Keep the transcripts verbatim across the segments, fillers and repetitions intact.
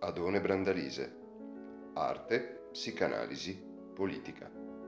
Adone Brandalise. Arte, psicanalisi, politica.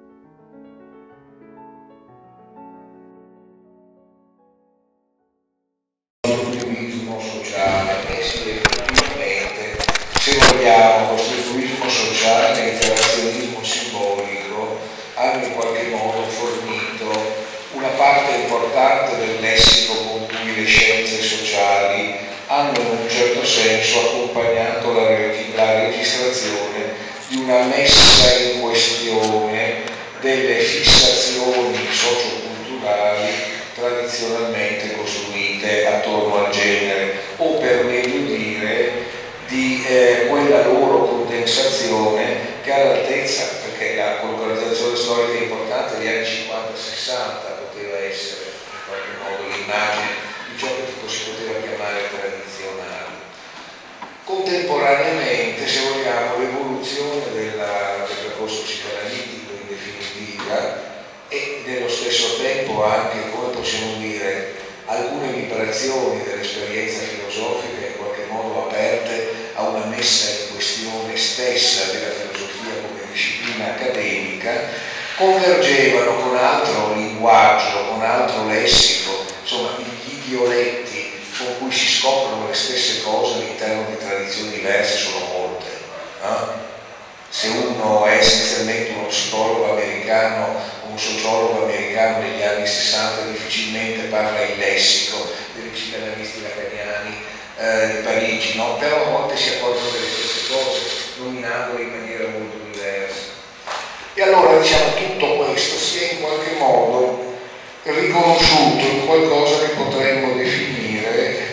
Costruttivismo sociale e sì, effettivamente, se vogliamo, costruttivismo sociale e interazionismo simbolico hanno in qualche modo fornito una parte importante del lessico con cui le scienze sociali hanno in un certo senso accompagnato la, la registrazione di una messa in questione delle fissazioni socioculturali tradizionalmente costruite attorno al genere, o per meglio dire di eh, quella loro condensazione che all'altezza, perché la localizzazione storica importante degli anni cinquanta sessanta poteva essere in qualche modo l'immagine di ciò che si poteva chiamare tradizionale. Contemporaneamente, se vogliamo, l'evoluzione della, del percorso psicoanalitico in definitiva e nello stesso tempo anche, come possiamo dire, alcune vibrazioni dell'esperienza filosofica in qualche modo aperte a una messa in questione stessa della filosofia come disciplina accademica, convergevano con altro linguaggio, con altro lessico, insomma gli idioletti con cui si scoprono le stesse cose all'interno di tradizioni diverse sono molte. Eh? Se uno è essenzialmente uno psicologo americano o un sociologo americano degli anni sessanta, difficilmente parla il lessico dei psicanalisti lacaniani eh, di Parigi, no? Però a volte si accorgono delle stesse cose, nominandole in maniera molto diversa. E allora diciamo tutto questo si è in qualche modo riconosciuto in qualcosa che potremmo definire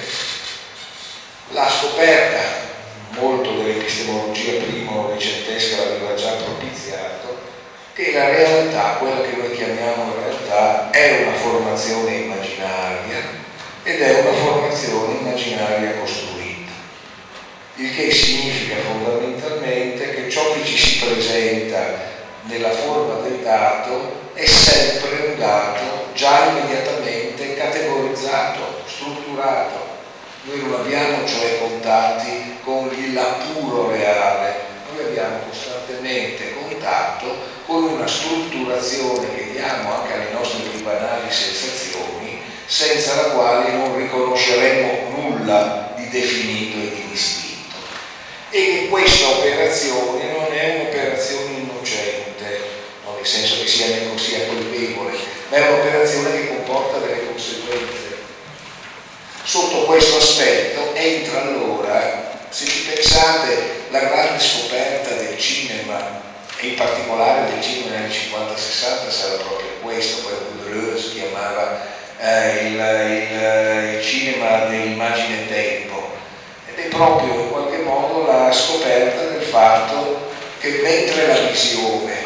la scoperta. Molto dell'epistemologia primo-novecentesca l'aveva già propiziato, che la realtà, quella che noi chiamiamo realtà, è una formazione immaginaria ed è una formazione immaginaria costruita, il che significa fondamentalmente che ciò che ci si presenta nella forma del dato è sempre un dato già immediatamente categorizzato, strutturato. Noi non abbiamo cioè contatti con l'appuro reale, noi abbiamo costantemente contatto con una strutturazione che diamo anche alle nostre più banali sensazioni, senza la quale non riconosceremmo nulla di definito e di distinto. E che questa operazione non è un'operazione innocente, non nel senso che sia, sia colpevole, ma è un'operazione che comporta delle conseguenze. Sotto questo aspetto entra allora, se ci pensate, la grande scoperta del cinema, e in particolare del cinema negli anni cinquanta sessanta sarà proprio questo, quello che Deleuze chiamava eh, il, il, il cinema dell'immagine tempo, ed è proprio in qualche modo la scoperta del fatto che mentre la visione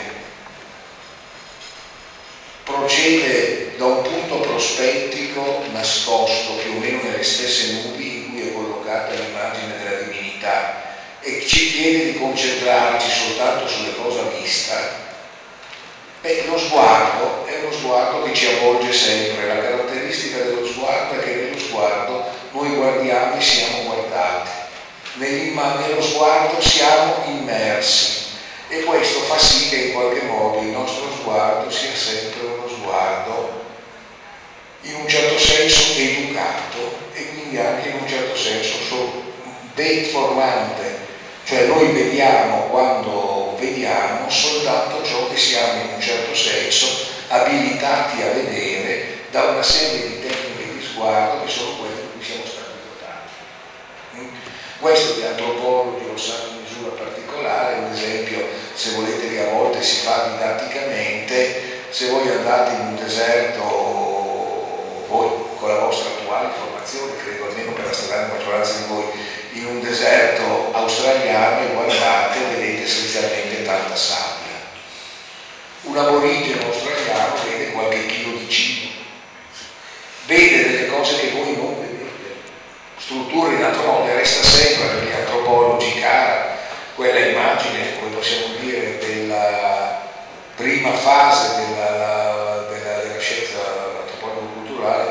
procede da un punto prospettico nascosto più o meno nelle stesse nubi in cui è collocata l'immagine della divinità e ci chiede di concentrarci soltanto sulle cose a vista, beh, lo sguardo è uno sguardo che ci avvolge sempre. La caratteristica dello sguardo è che nello sguardo noi guardiamo e siamo guardati, nello sguardo siamo immersi. E questo fa sì che in qualche modo il nostro sguardo sia sempre uno sguardo in un certo senso educato e quindi anche in un certo senso ben formante, cioè noi vediamo quando vediamo soltanto ciò che siamo in un certo senso abilitati a vedere da una serie di tecniche di sguardo che sono quelle di cui siamo stati dotati. Questo gli antropologi lo sanno in misura particolare, un esempio, se volete, che a volte si fa didatticamente. Se voi andate in un deserto, voi con la vostra attuale formazione, credo almeno per la stragrande maggioranza di voi, in un deserto australiano e guardate, vedete essenzialmente tanta sabbia. Un aborigeno australiano vede qualche chilo di cibo, vede delle cose che voi non vedete. Strutture naturali, resta sempre per gli antropologi cara quella immagine, come possiamo dire, della prima fase della, della, della scienza antropologico-culturale,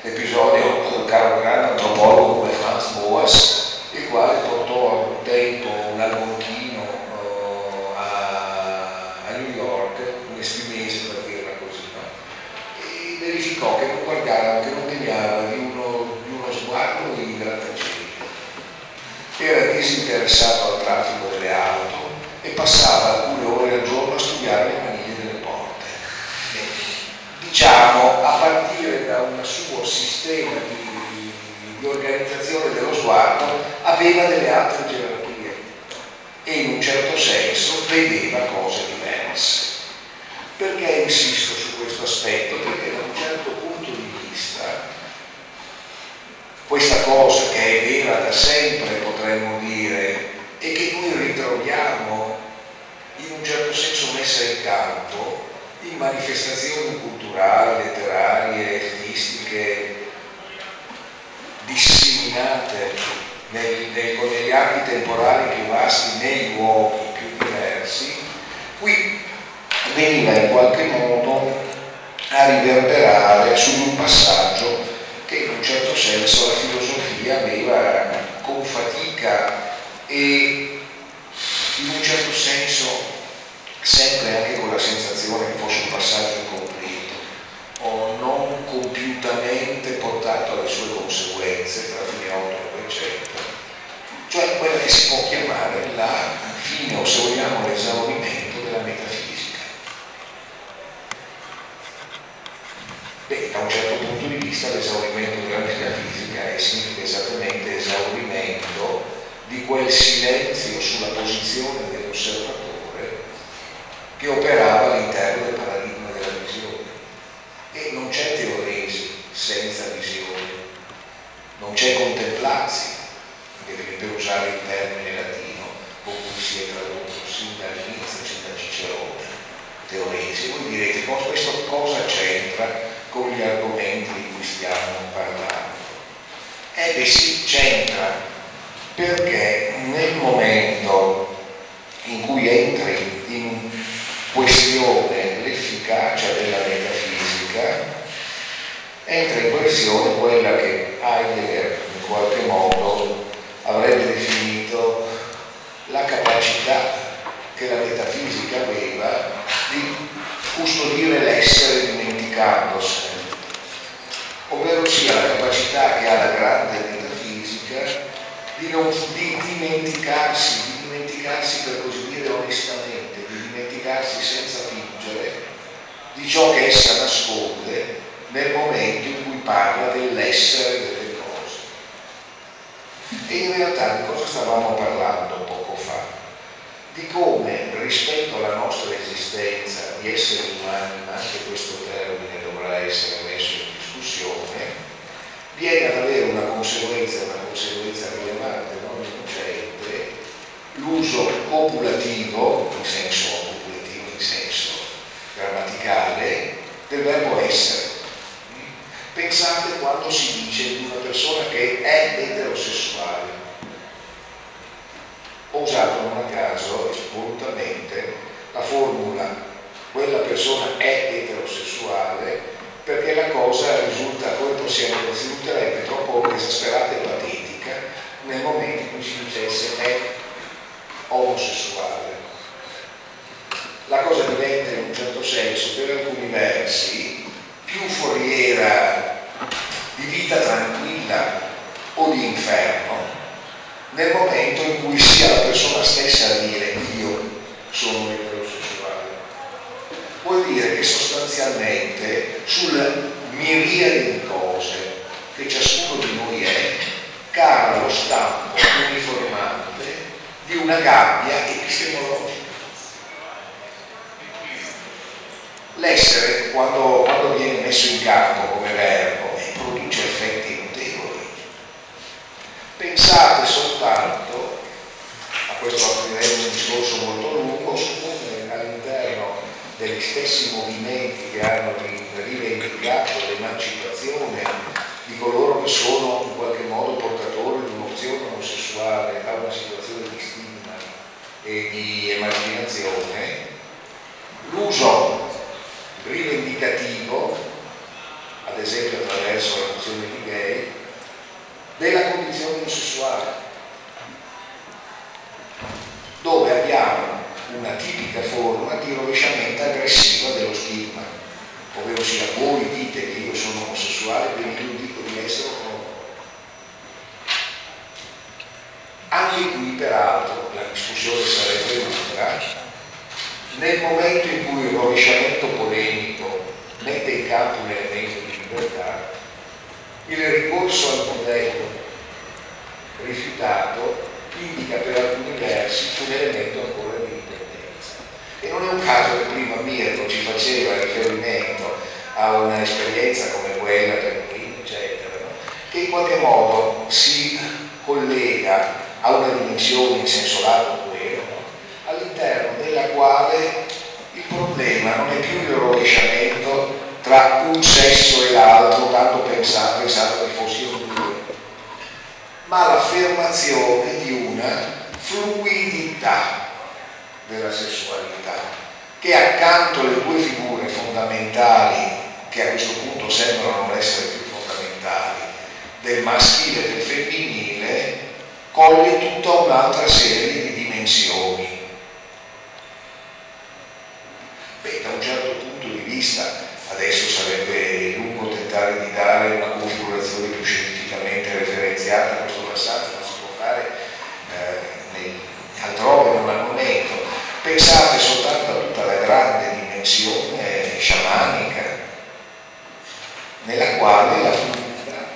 l'episodio del caro grande antropologo come Franz Boas, il quale portò a un tempo resi interessato al traffico delle auto e passava alcune ore al giorno a studiare le maniglie delle porte. E, diciamo, a partire da un suo sistema di, di, di organizzazione dello sguardo, aveva delle altre gerarchie e in un certo senso vedeva cose diverse. Perché insisto su questo aspetto? Perché da un certo punto di vista questa cosa che è vera da sempre, potremmo dire, e che noi ritroviamo in un certo senso messa in campo in manifestazioni culturali, letterarie, artistiche disseminate nel, nel, con gli archi temporali più vasti, nei luoghi più diversi, qui veniva in qualche modo a riverberare su un passaggio che in un certo senso la filosofia aveva con fatica e in un certo senso sempre anche con la sensazione che fosse un passaggio incompleto o non compiutamente portato alle sue conseguenze tra fine ottocento e novecento, cioè quella che si può chiamare la fine o se vogliamo l'esaurimento della metafisica. Beh, da un certo punto di vista l'esaurimento della metafisica significa esattamente esaurimento di quel silenzio sulla posizione dell'osservatore che operava all'interno del paradigma della visione. E non c'è teoresi senza visione, non c'è contemplatio, per usare il termine latino con cui si è tradotto sin dall'inizio, sin da Cicerone. Teoresi, voi direte, questo cosa c'entra con gli argomenti di cui stiamo parlando? Eh beh sì, c'entra, perché nel momento in cui entri in questione l'efficacia della metafisica, entra in questione quella che Heidegger in qualche modo avrebbe definito la capacità che la metafisica aveva di custodire l'essere dimenticandosene, ovvero sia la capacità che ha la grande metafisica di non di dimenticarsi, di dimenticarsi per così dire onestamente, di dimenticarsi senza fingere di ciò che essa nasconde nel momento in cui parla dell'essere delle cose. E in realtà di cosa stavamo parlando poco fa? Di come rispetto alla nostra esistenza di esseri umani, ma anche questo termine dovrà essere messo in discussione, viene ad avere una conseguenza, una conseguenza rilevante, non innocente, l'uso copulativo, in senso copulativo, in senso grammaticale, del verbo essere. Pensate quando si dice di una persona che è eterosessuale. Ho usato non a caso, volutamente, la formula quella persona è eterosessuale perché la cosa risulta, come possiamo, risulterebbe troppo esasperata e patetica nel momento in cui si dicesse è omosessuale. La cosa diventa in un certo senso, per alcuni versi, più foriera di vita tranquilla o di inferno nel momento in cui sia la persona stessa a dire io sono eterosessuale. Vuol dire che sostanzialmente sulla miriade di cose che ciascuno di noi è cala lo stampo uniformante di una gabbia epistemologica. L'essere, quando, quando viene messo in campo come verbo, produce effetti notevoli. Pensate soltanto, a questo apriremo un discorso molto lungo, su come all'interno degli stessi movimenti che hanno rivendicato l'emancipazione di coloro che sono in qualche modo portatori di un'opzione omosessuale da una situazione di stigma e di emarginazione, l'uso rivendicativo, ad esempio attraverso la nozione di gay, della condizione omosessuale, dove abbiamo una tipica forma di rovesciamento aggressiva dello stigma, ovvero sia voi dite che io sono omosessuale, quindi io dico di essere omosessuale. Anche qui, peraltro, la discussione sarebbe lunga. Nel momento in cui il rovesciamento polemico mette in campo un elemento di libertà, il ricorso al modello rifiutato indica per alcuni versi un elemento ancora di dipendenza. E non è un caso che prima Mirko ci faceva riferimento a un'esperienza come quella del Molino, eccetera, no? Che in qualche modo si collega a una dimensione in senso lato quello, no? All'interno della quale il problema non è più il rovesciamento tra un sesso e l'altro, tanto pensato, pensato che fossero due, ma l'affermazione di una fluidità della sessualità, che accanto alle due figure fondamentali, che a questo punto sembrano non essere più fondamentali, del maschile e del femminile, coglie tutta un'altra serie di dimensioni. Beh, da un certo punto di vista, adesso sarebbe lungo tentare di dare una configurazione più scientificamente referenziata a questo passaggio, ma si può fare eh, nei, altrove, non al momento. Pensate soltanto a tutta la grande dimensione sciamanica, nella quale la fluidità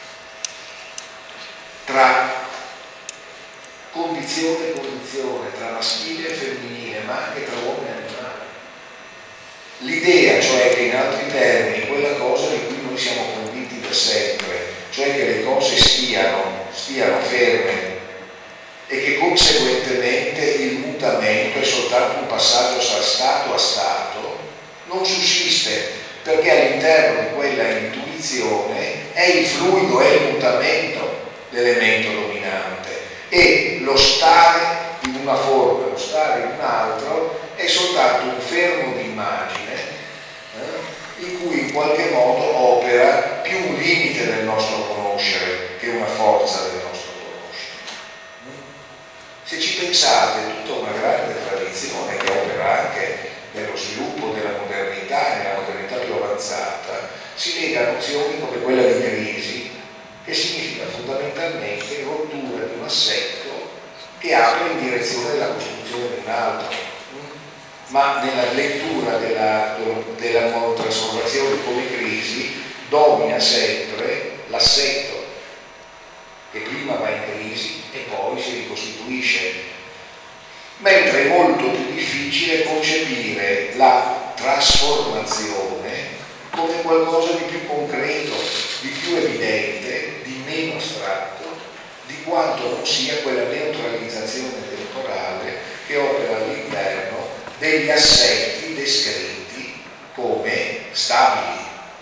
tra condizione e condizione, tra maschile e femminile, ma anche tra uomo e animale. L'idea, cioè, che in altri termini, quella cosa di cui noi siamo convinti da sempre, cioè che le cose stiano, stiano ferme e che conseguentemente il mutamento è soltanto un passaggio da stato a stato, non sussiste, perché all'interno di quella intuizione è il fluido, è il mutamento l'elemento dominante, e lo stare in una forma, lo stare in un altro è soltanto un fermo di immagine eh, in cui in qualche modo opera più un limite del nostro conoscere che una forza del nostro conoscere. Se ci pensate, tutta una grande tradizione che opera anche nello sviluppo della modernità, nella modernità più avanzata, si lega a nozioni come quella di crisi, che significa fondamentalmente rottura di un assetto che apre in direzione della costruzione di un altro. Ma nella lettura della, della trasformazione come crisi domina sempre l'assetto che prima va in crisi e poi si ricostituisce, mentre è molto più difficile concepire la trasformazione come qualcosa di più concreto, di più evidente, di meno astratto, di quanto non sia quella neutralizzazione temporale che opera all'interno degli assetti descritti come stabili.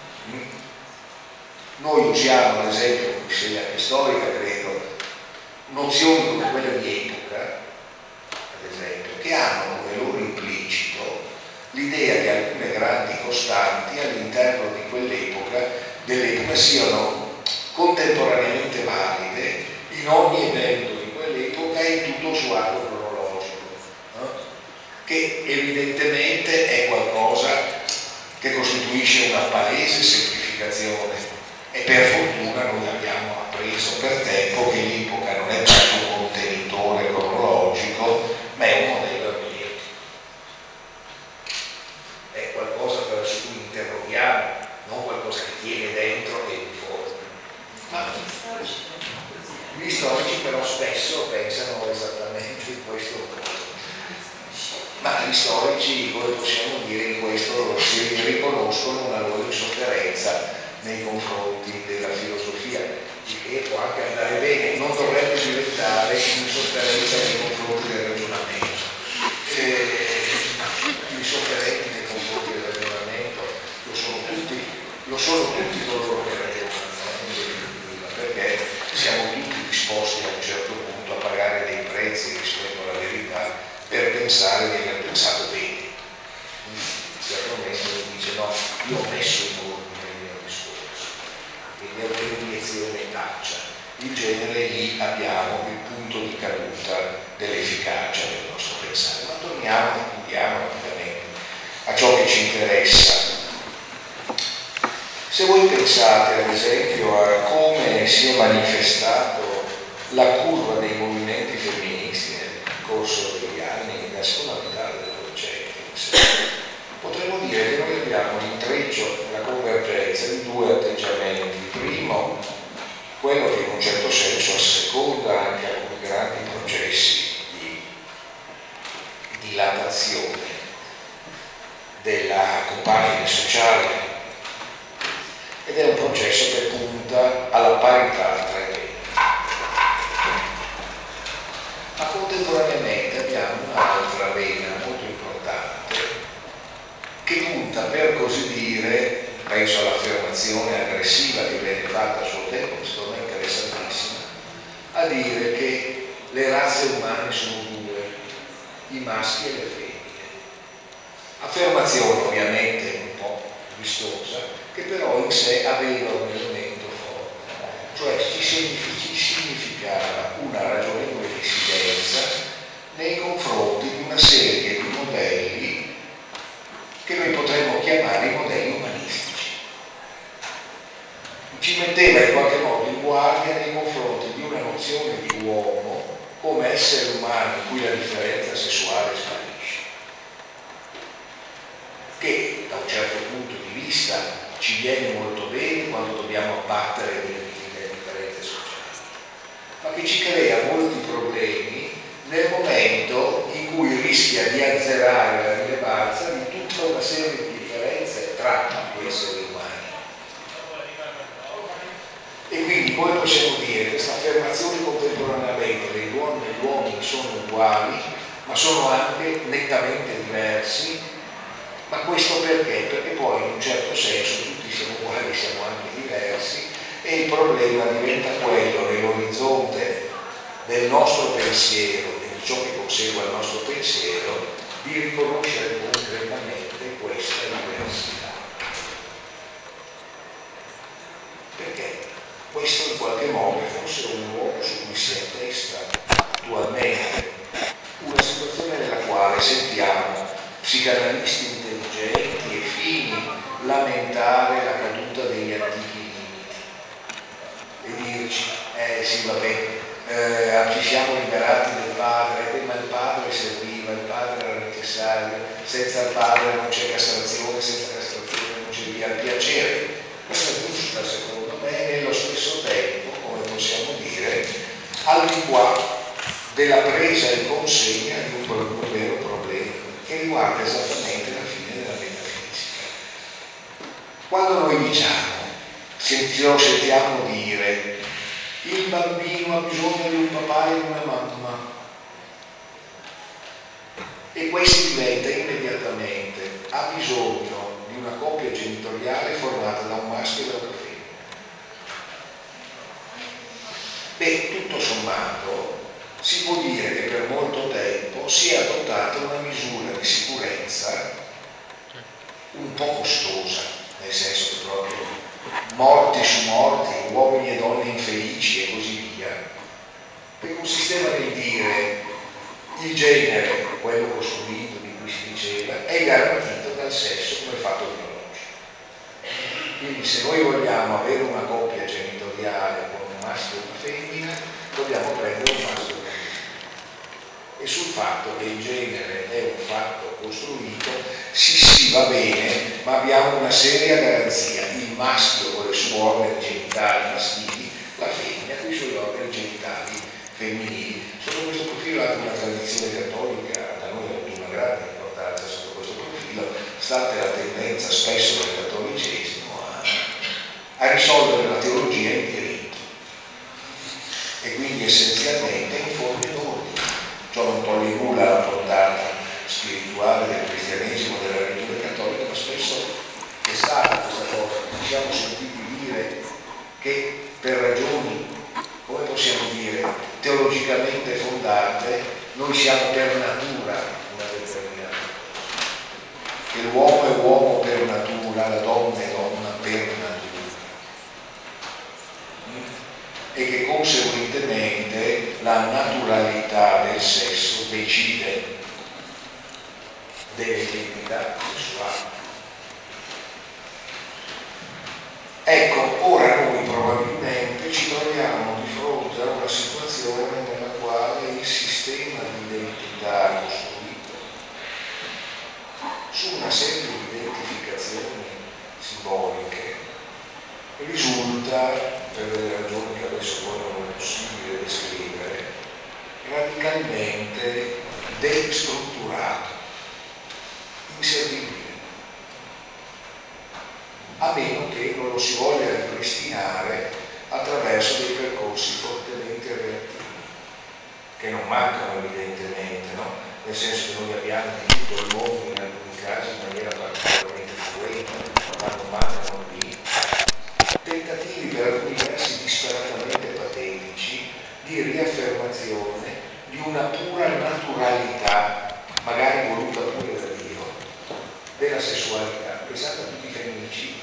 Noi usiamo, ad esempio, insegna anche storica, credo, nozioni come quella di epoca, ad esempio, che hanno come loro implicito l'idea che alcune grandi costanti all'interno di quell'epoca, dell'epoca, siano contemporaneamente valide in ogni evento di quell'epoca e in tutto il suo arco cronologico, no? Che evidentemente è qualcosa che costituisce una palese semplificazione, e per fortuna noi abbiamo appreso per tempo che l'epoca non è tanto un contenitore cronologico, ma è un modello ermeneutico. È qualcosa attraverso cui interroghiamo, non qualcosa che tiene dentro e informa. Ma gli storici però spesso pensano esattamente in questo modo. Ma gli storici, come possiamo dire, in questo si riconoscono una loro insofferenza nei confronti della filosofia, che può anche andare bene, non dovrebbe diventare insofferenza nei confronti del ragionamento. Eh, gli insofferenti nei confronti del ragionamento lo sono tutti, lo sono tutti coloro che ragionano, eh, perché siamo tutti disposti a un certo punto a pagare dei prezzi rispetto alla verità per pensare di aver pensato bene. Certamente uno dice no, io ho messo in ordine il mio discorso, quindi è un'iniezione taccia. In genere lì abbiamo il punto di caduta dell'efficacia del nostro pensare. Ma torniamo, andiamo rapidamente a ciò che ci interessa. Se voi pensate ad esempio a come si è manifestato la curva dei movimenti femministi nel corso degli anni, nella seconda metà dell'Ottocento, potremmo dire che noi abbiamo l'intreccio, la convergenza di due atteggiamenti. Primo, quello che in un certo senso asseconda anche alcuni grandi processi di dilatazione della compagine sociale, ed è un processo che punta alla parità tra i generi. Ma contemporaneamente abbiamo un'altra vena molto importante che punta, per così dire, penso all'affermazione aggressiva che viene fatta a suo tempo, che secondo me è interessantissima, a dire che le razze umane sono due, i maschi e le femmine. Affermazione ovviamente un po' vistosa, che però in sé aveva un elemento forte, cioè ci significava una ragionevole dissidenza nei confronti di una serie di modelli che noi potremmo chiamare i modelli umanistici. Ci metteva in qualche modo in guardia nei confronti di una nozione di uomo come essere umano in cui la differenza sessuale sparisce, che da un certo punto di vista ci viene molto bene quando dobbiamo abbattere le differenze sociali, ma che ci crea molti problemi nel momento in cui rischia di azzerare la rilevanza di tutta una serie di differenze tra gli esseri umani. E quindi come possiamo dire, questa affermazione contemporaneamente dei donne e gli uomini sono uguali, ma sono anche nettamente diversi. Ma questo perché? Perché poi in un certo senso tutti siamo uguali, siamo anche diversi, e il problema diventa quello nell'orizzonte del nostro pensiero e di ciò che consegua il nostro pensiero, di riconoscere concretamente questa diversità. Perché questo in qualche modo è forse un luogo su cui si attesta attualmente una situazione nella quale sentiamo psicanalisti intelligenti e fini lamentare la caduta degli antichi limiti e dirci, eh sì vabbè, eh, ci siamo liberati del padre, eh, ma il padre serviva, il padre era necessario, senza il padre non c'è castrazione, senza castrazione non c'è via il piacere. Questo è giusto secondo me, e nello stesso tempo, come possiamo dire, al di qua della presa in consegna di un, un vero problema che riguarda esattamente la fine della metafisica. Quando noi diciamo, sentiamo, sentiamo dire, il bambino ha bisogno di un papà e di una mamma, e questo diventa immediatamente, ha bisogno di una coppia genitoriale formata da un maschio e da una femmina. Beh, tutto sommato, si può dire che per molto tempo si è adottata una misura di sicurezza un po' costosa, nel senso che proprio morti su morti, uomini e donne infelici e così via, che consisteva nel dire il genere, quello costruito di cui si diceva, è garantito dal sesso come fatto biologico. Quindi se noi vogliamo avere una coppia genitoriale con un maschio e una femmina, dobbiamo prendere un maschio e una femmina. E sul fatto che il genere è un fatto costruito, sì sì va bene, ma abbiamo una seria garanzia: il maschio con le sue organi genitali maschili, la femmina con i suoi organi genitali femminili. Sotto questo profilo anche una tradizione cattolica da noi ha avuto una grande importanza sotto questo profilo, stante la tendenza spesso del cattolicesimo a, a risolvere la teologia in diritto e quindi essenzialmente in forme d'ordine. Ciò non toglie nulla alla portata spirituale del cristianesimo, della religione cattolica, ma spesso è stata questa cosa. Ci siamo sentiti dire che per ragioni, come possiamo dire, teologicamente fondate, noi siamo per natura una determinata. Che l'uomo è uomo per natura, la donna è donna per natura. E che conseguentemente la naturalità del sesso decide dell'identità sessuale. Ecco, ora noi probabilmente ci troviamo di fronte a una situazione nella quale il sistema di identità costruito su una serie di identificazioni simboliche risulta, per delle ragioni che adesso poi non è possibile descrivere, radicalmente destrutturato, inservibile, a meno che non lo si voglia ripristinare attraverso dei percorsi fortemente reattivi, che non mancano evidentemente, no? Nel senso che noi abbiamo di tutto il mondo, in alcuni casi in maniera particolarmente frequente, ma non mancano di tentativi per alcuni versi disperatamente patetici di riaffermazione di una pura naturalità, magari voluta pure da Dio, della sessualità. Pensate a tutti i femminicidi,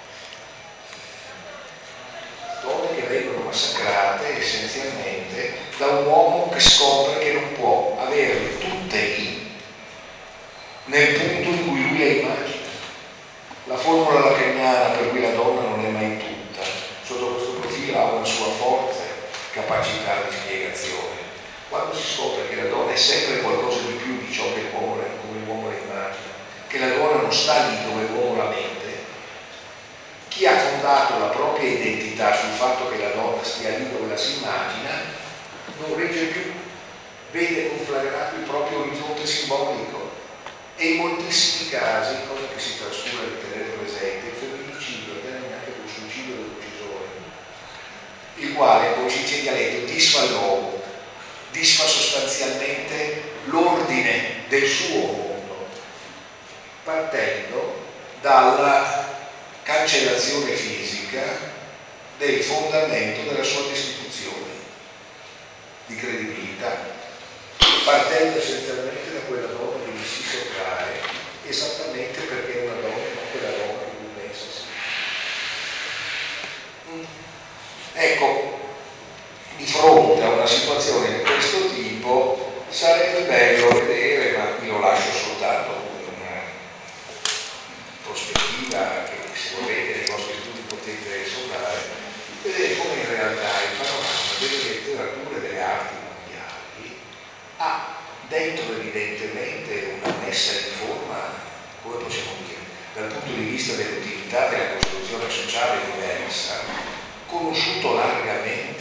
donne che vengono massacrate essenzialmente da un uomo che scopre che non può averle tutte lì nel punto in cui lui le immagina. La formula lacaniana per cui la donna non è mai tutta, sotto questo profilo ha una sua forte capacità di spiegazione. Quando si scopre che la donna è sempre qualcosa di più di ciò che l'uomo, come l'uomo la immagina, che la donna non sta lì dove l'uomo la mette, chi ha fondato la propria identità sul fatto che la donna stia lì dove la si immagina non regge più, vede conflagrato il proprio orizzonte simbolico. E in moltissimi casi, cosa che si trascura di tenere presente, il femminicidio avviene anche col suicidio dell'uccisore, il quale, come si dice in dialetto, disfa il logo, disfa sostanzialmente l'ordine del suo mondo, partendo dalla cancellazione fisica del fondamento della sua destituzione di credibilità, partendo essenzialmente da quella donna che gli si sottrae esattamente perché è una donna e non quella donna che lui pensa sia. Ecco, di fronte a una situazione di questo tipo sarebbe bello vedere, ma qui lo lascio soltanto come una prospettiva che se volete nei vostri studi potete soldare, vedere come in realtà il panorama delle letterature e delle arti mondiali ha dentro evidentemente una messa in forma, come possiamo dire, dal punto di vista dell'utilità della costruzione sociale diversa, conosciuto largamente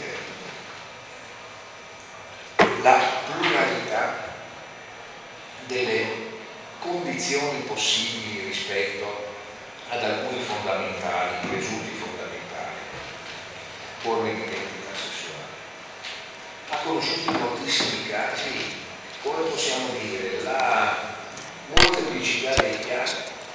la pluralità delle condizioni possibili rispetto ad alcuni fondamentali, presunti fondamentali, forme di identità sessuale. Ha conosciuto in moltissimi casi, come possiamo dire, la molteplicità dei piani,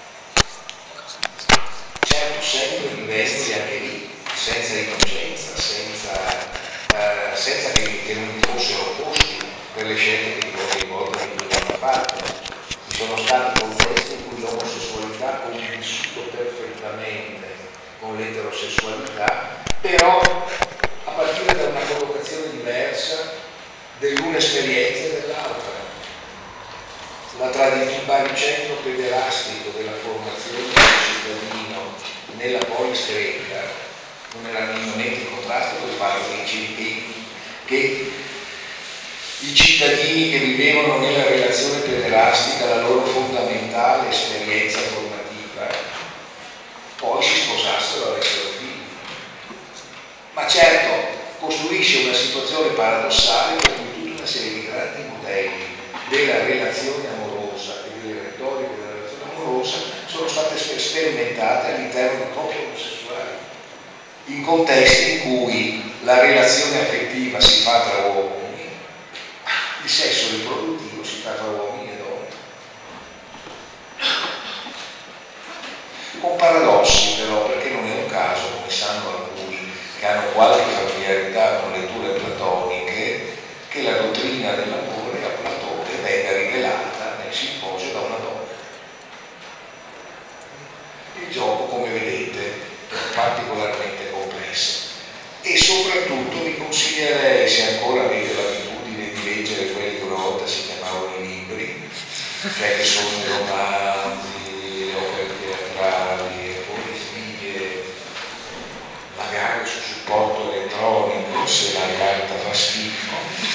certo sempre vivendo anche lì, senza innocenza, senza, eh, senza che, che non fossero opposti per le scelte che di volta in volta hanno fatto. Ci sono stati contesti in cui l'omosessualità ha convissuto perfettamente con l'eterosessualità, però a partire da una collocazione diversa dell'una esperienza e dell'altra. La tradizione, il baricentro pederastico della formazione del cittadino nella polis greca non era minimamente in contrasto con il fatto che, che i cittadini che vivevano nella relazione pederastica, la loro fondamentale esperienza formativa, poi si sposassero e avessero figli. Ma certo, costruisce una situazione paradossale per cui tutta una serie di grandi modelli della relazione amorosa e delle retoriche della relazione amorosa sono state sperimentate all'interno di coppie omosessuali, in contesti in cui la relazione affettiva si fa tra uomini, il sesso riproduttivo si fa tra uomini e donne. Con paradossi però, perché non è un caso, come sanno alcuni che hanno qualche familiarità con letture platoniche, che la dottrina dell'amore a Platone venga rivelata nel simposio da una donna. Il gioco, come vedete, è particolarmente complesso e soprattutto vi consiglierei, se ancora avete l'abitudine di leggere quelli che una volta si chiamavano i libri, cioè che sono i romanzi, le opere teatrali, le poesie, magari su supporto elettronico, se la carta fa schifo,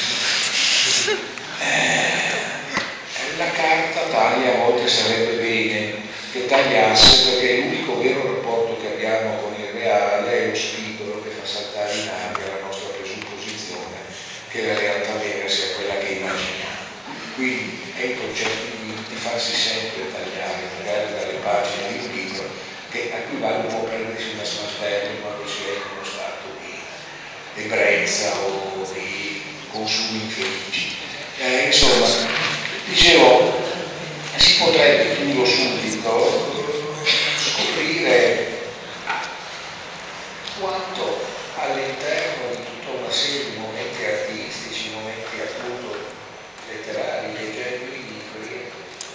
eh, la carta taglia, a volte sarebbe bene che tagliasse, perché l'unico vero rapporto che abbiamo con il reale è lo spigolo che fa saltare in aria la nostra presupposizione che la realtà vera sia quella che immaginiamo. Quindi è il concetto di, di farsi sempre tagliare, magari dalle pagine di un libro, che a cui vale un po' prendersi una smasperla quando si è in uno stato di ebbrezza o di consumi infelici. Eh, insomma, dicevo, si potrebbe tutto subito scoprire quanto all'interno di tutta una serie di momenti artistici, momenti appunto letterari, leggendo i libri,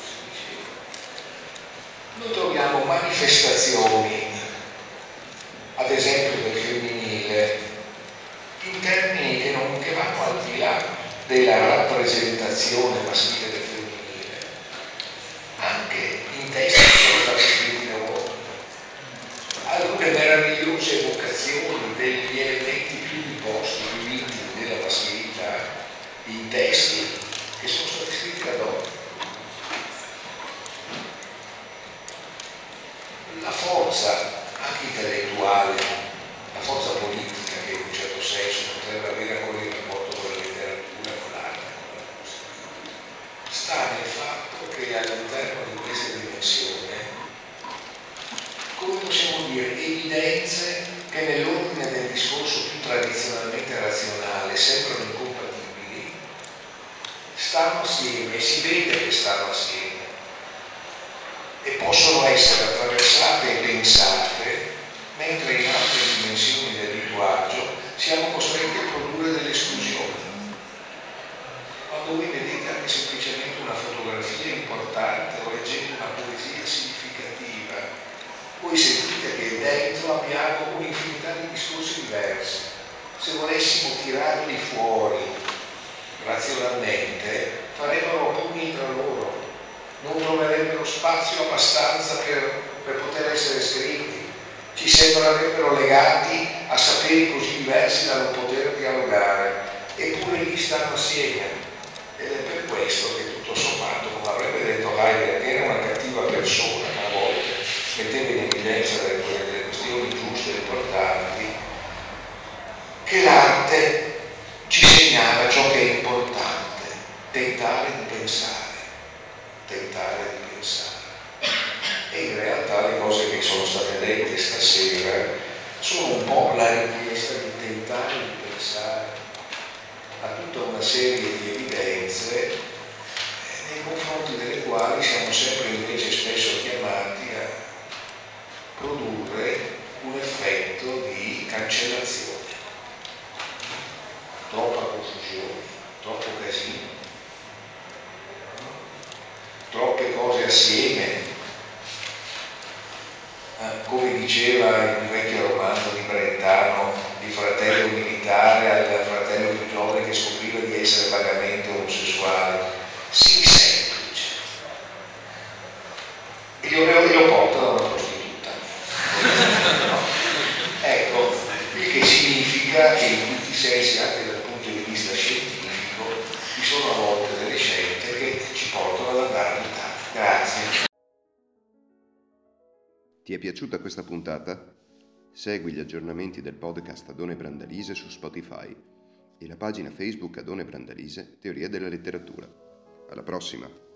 noi troviamo manifestazioni, ad esempio del femminile, in termini che, non, che vanno al di là della rappresentazione maschile del femminile, anche in testi che sono stati scritti da uomini, alcune meravigliose evocazioni degli elementi più imposti, più intimi della maschilità, in testi che sono stati scritti da donne. La forza anche intellettuale, la forza politica che in un certo senso potrebbe avere con il rapporto con la letteratura, con l'arte, con la musica, sta nel fatto che all'interno di questa dimensione, come possiamo dire, evidenze che nell'ordine del discorso più tradizionalmente razionale sembrano incompatibili, stanno assieme e si vede che stanno assieme e possono essere attraversate e pensate, mentre in altre dimensioni del linguaggio siamo costretti a produrre delle esclusioni. Quando voi vedete anche semplicemente una fotografia importante o leggendo una poesia significativa, voi sentite che dentro abbiamo un'infinità di discorsi diversi. Se volessimo tirarli fuori razionalmente, farebbero pugni tra loro, non troverebbero spazio abbastanza per, per poter essere scritti, ci sembrerebbero legati a saperi così diversi da non poter dialogare, eppure lì stanno assieme. Ed è per questo che tutto sommato, come avrebbe detto Heidegger, che era una cattiva persona, ma a volte metteva in evidenza delle, delle questioni giuste e importanti, che l'arte ci segnala ciò che è importante, tentare di pensare, tentare di pensare. E in realtà le cose che sono state dette stasera sono un po' la richiesta di tentare di pensare a tutta una serie di evidenze nei confronti delle quali siamo sempre invece spesso chiamati a produrre un effetto di cancellazione. Troppa confusione, troppo casino, troppe cose assieme, eh, come diceva il vecchio romanzo di Brentano, di fratello militare al fratello più giovane che scopriva di essere vagamente omosessuale. Sii semplice. E glielo, glielo porta da una prostituta. No? Ecco, il che significa che in tutti i sensi, anche dal punto di vista scientifico, ci sono a volte delle scelte che ci portano ad andare in Italia. Grazie. Ti è piaciuta questa puntata? Segui gli aggiornamenti del podcast Adone Brandalise su Spotify e la pagina Facebook Adone Brandalise Teoria della letteratura. Alla prossima!